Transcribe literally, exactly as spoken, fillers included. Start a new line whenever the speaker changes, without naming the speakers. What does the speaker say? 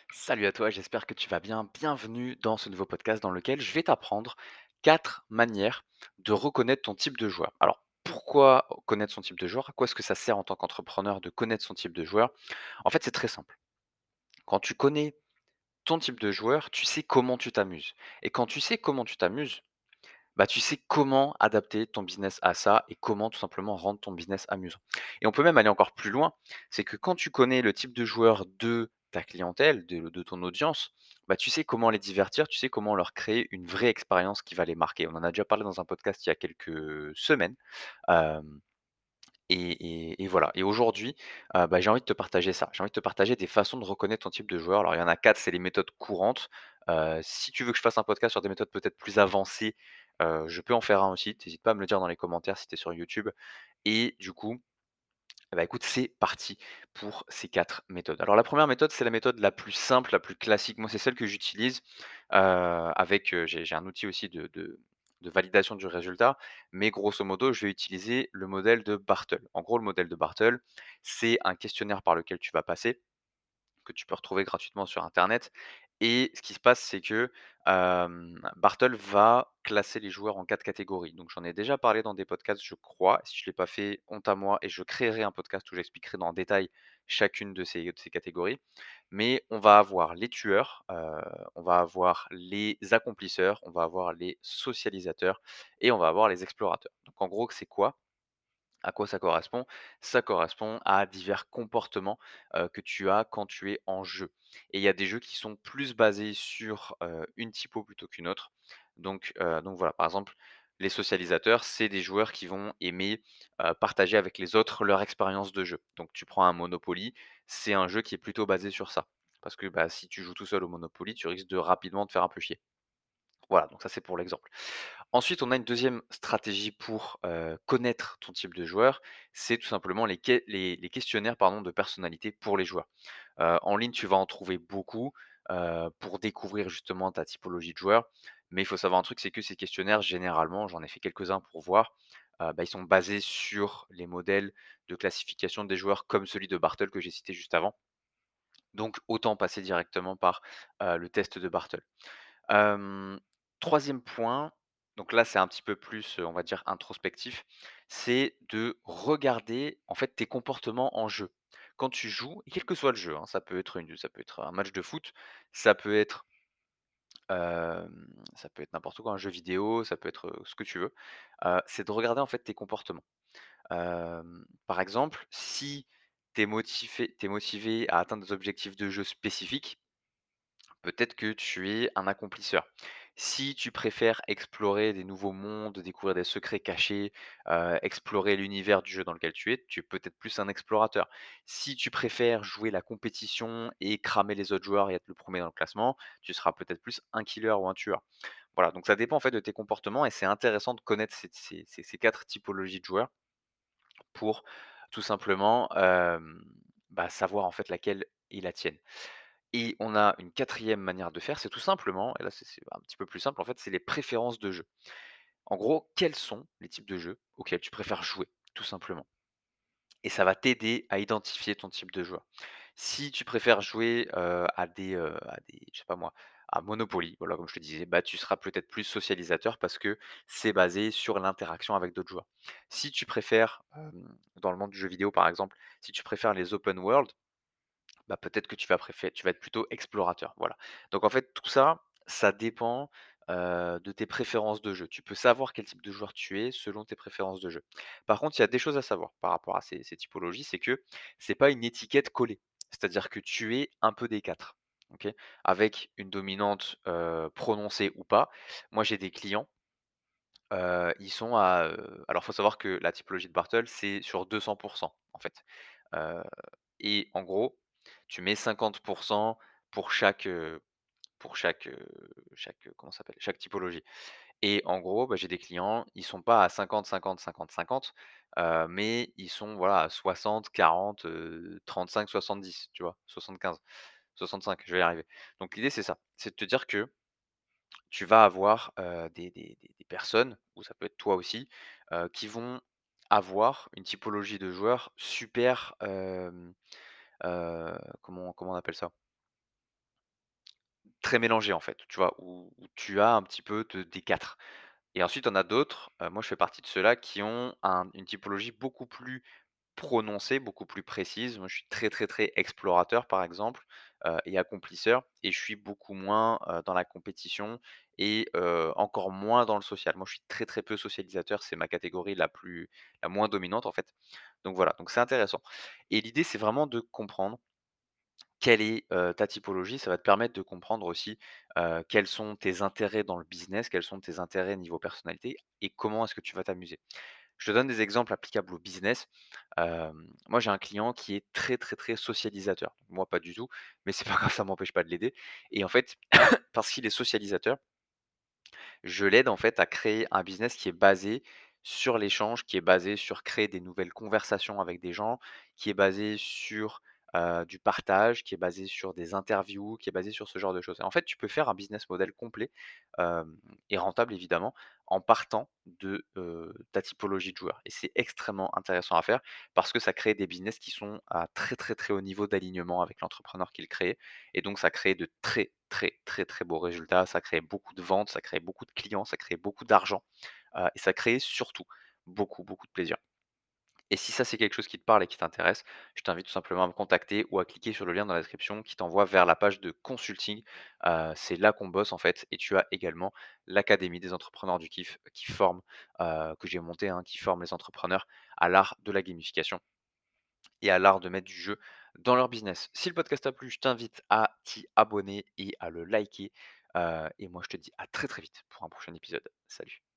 Salut à toi, j'espère que tu vas bien. Bienvenue dans ce nouveau podcast dans lequel je vais t'apprendre quatre manières de reconnaître ton type de joueur. Alors, pourquoi connaître son type de joueur? À quoi est-ce que ça sert en tant qu'entrepreneur de connaître son type de joueur? En fait, c'est très simple. Quand tu connais ton type de joueur, tu sais comment tu t'amuses. Et quand tu sais comment tu t'amuses, bah, tu sais comment adapter ton business à ça et comment tout simplement rendre ton business amusant. Et on peut même aller encore plus loin, c'est que quand tu connais le type de joueur de ta clientèle, de, de ton audience, bah, tu sais comment les divertir, tu sais comment leur créer une vraie expérience qui va les marquer. On en a déjà parlé dans un podcast il y a quelques semaines. euh, et, et- et voilà. Et aujourd'hui, euh, bah, j'ai envie de te partager ça. J'ai envie de te partager des façons de reconnaître ton type de joueur. Alors, il y en a quatre, c'est les méthodes courantes. Euh, si tu veux que je fasse un podcast sur des méthodes peut-être plus avancées, euh, je peux en faire un aussi. N'hésite pas à me le dire dans les commentaires si tu es sur YouTube. Et du coup, eh bah, écoute, c'est parti pour ces quatre méthodes. Alors, la première méthode, c'est la méthode la plus simple, la plus classique. Moi, c'est celle que j'utilise euh, avec. euh, j'ai j'ai un outil aussi de, de- de validation du résultat, mais grosso modo, je vais utiliser le modèle de Bartle. En gros, le modèle de Bartle, c'est un questionnaire par lequel tu vas passer que tu peux retrouver gratuitement sur internet. Et ce qui se passe, c'est que, hem, Bartle va classer les joueurs en quatre catégories. Donc j'en ai déjà parlé dans des podcasts, je crois. Si je ne l'ai pas fait, honte à moi et je créerai un podcast où j'expliquerai dans détail chacune de ces de ces catégories. Mais on va avoir les tueurs, heu, on va avoir les accomplisseurs, on va avoir les socialisateurs et on va avoir les explorateurs. Donc en gros, c'est quoi? À quoi ça correspond? Ça correspond à divers comportements, heu, que tu as quand tu es en jeu. Et il y a des jeux qui sont plus basés sur, heu, une typo plutôt qu'une autre. Donc, heu, donc voilà, par exemple, les socialisateurs, c'est des joueurs qui vont aimer, heu, partager avec les autres leur expérience de jeu. Donc tu prends un Monopoly, c'est un jeu qui est plutôt basé sur ça. Parce que, bah, si tu joues tout seul au Monopoly, tu risques de rapidement te faire un peu chier. Voilà, donc ça c'est pour l'exemple. Ensuite, on a une deuxième stratégie pour, heu, connaître ton type de joueur, c'est tout simplement les ques les les questionnaires, pardon, de personnalité pour les joueurs. Heu, en ligne, tu vas en trouver beaucoup, heu, pour découvrir justement ta typologie de joueur. Mais il faut savoir un truc, c'est que ces questionnaires, généralement, j'en ai fait quelques-uns pour voir, heu, bah, ils sont basés sur les modèles de classification des joueurs comme celui de Bartle que j'ai cité juste avant. Donc autant passer directement par, heu, le test de Bartle. Hem, troisième point, donc là, c'est un petit peu plus, heu, on va dire introspectif, c'est de regarder, en fait, tes comportements en jeu. Quand tu joues, et quel que soit le jeu, hein, ça peut être une ça peut être un match de foot, ça peut être, hem, ça peut être n'importe quoi, un jeu vidéo, ça peut être, heu, ce que tu veux, heu, c'est de regarder, en fait, tes comportements. Hem, par exemple, si tu es motivé tu motivé à atteindre des objectifs de jeu spécifiques, peut-être que tu es un accomplisseur. Si tu préfères explorer des nouveaux mondes, découvrir des secrets cachés, heu, explorer l'univers du jeu dans lequel tu es, tu es peut-être plus un explorateur. Si tu préfères jouer la compétition et cramer les autres joueurs et être le premier dans le classement, tu seras peut-être plus un killer ou un tueur. Voilà, donc ça dépend en fait de tes comportements et c'est intéressant de connaître ces ces ces ces quatre typologies de joueurs pour tout simplement, hem, bah, savoir en fait laquelle est la tienne. Et on a une quatrième manière de faire, c'est tout simplement, et là c'est c'est un petit peu plus simple en fait, c'est les préférences de jeu. En gros, quels sont les types de jeux auxquels tu préfères jouer, tout simplement? Et ça va t'aider à identifier ton type de joueur. Si tu préfères jouer, heu, à des, heu, à des je sais pas moi, à Monopoly, voilà, comme je te disais, bah, tu seras peut-être plus socialisateur parce que c'est basé sur l'interaction avec d'autres joueurs. Si tu préfères, hem, dans le monde du jeu vidéo par exemple, si tu préfères les open world, bah, peut-être que tu vas préférer tu vas être plutôt explorateur, voilà. Donc en fait, tout ça, ça dépend, heu, de tes préférences de jeu. Tu peux savoir quel type de joueur tu es selon tes préférences de jeu. Par contre, il y a des choses à savoir par rapport à ces ces typologies, c'est que c'est pas une étiquette collée. C'est-à-dire que tu es un peu des quatre, OK? Avec une dominante, heu, prononcée ou pas. Moi, j'ai des clients, heu, ils sont à, heu alors faut savoir que la typologie de Bartle, c'est sur deux cents en fait. Heu et en gros, tu mets cinquante pour cent pour chaque, heu, pour chaque, heu, chaque, heu, comment ça s'appelle? Chaque typologie. Et en gros, bah, j'ai des clients, ils sont pas à cinquante, cinquante, cinquante, cinquante, heu, mais ils sont, voilà, à soixante, quarante, heu, trente-cinq, soixante-dix, tu vois? soixante-quinze, soixante-cinq, je vais y arriver. Donc l'idée, c'est ça, c'est de te dire que tu vas avoir, heu, des des des des personnes, ou ça peut être toi aussi, heu, qui vont avoir une typologie de joueurs super, hem, heu, comment comment on appelle ça? très mélangés en fait, tu vois? Où où tu as un petit peu de des quatre. Et ensuite, on a d'autres, heu, moi je fais partie de ceux-là qui ont un une typologie beaucoup plus prononcée, beaucoup plus précise. Moi, je suis très, très, très explorateur, par exemple, heu, et accomplisseur et je suis beaucoup moins, heu, dans la compétition et heu, encore moins dans le social. Moi, je suis très, très peu socialisateur, c'est ma catégorie la plus la moins dominante, en fait. Donc voilà, donc c'est intéressant et l'idée, c'est vraiment de comprendre quelle est, heu, ta typologie. Ça va te permettre de comprendre aussi, heu, quels sont tes intérêts dans le business, quels sont tes intérêts niveau personnalité et comment est-ce que tu vas t'amuser. Je te donne des exemples applicables au business. Hem, moi, j'ai un client qui est très, très, très socialisateur. Moi, pas du tout, mais c'est pas grave, ça m'empêche pas de l'aider et en fait, parce qu'il est socialisateur, je l'aide en fait à créer un business qui est basé sur l'échange, qui est basé sur créer des nouvelles conversations avec des gens, qui est basé sur, heu, du partage, qui est basé sur des interviews, qui est basé sur ce genre de choses. Et en fait, tu peux faire un business model complet, hem et rentable évidemment, en partant de, heu, ta typologie de joueurs et c'est extrêmement intéressant à faire parce que ça crée des business qui sont à très, très, très haut niveau d'alignement avec l'entrepreneur qui le crée et donc ça crée de très, très, très, très beaux résultats, ça crée beaucoup de ventes, ça crée beaucoup de clients, ça crée beaucoup d'argent, heu et ça crée surtout beaucoup, beaucoup de plaisir. Et si ça, c'est quelque chose qui te parle et qui t'intéresse, je t'invite tout simplement à me contacter ou à cliquer sur le lien dans la description qui t'envoie vers la page de consulting. Heu, c'est là qu'on bosse en fait et tu as également l'académie des entrepreneurs du kiff qui forme, heu, que j'ai montée, hein, qui forme les entrepreneurs à l'art de la gamification et à l'art de mettre du jeu dans leur business. Si le podcast t'a plu, je t'invite à t'y abonner et à le liker. Heu et moi je te dis à très, très vite pour un prochain épisode. Salut.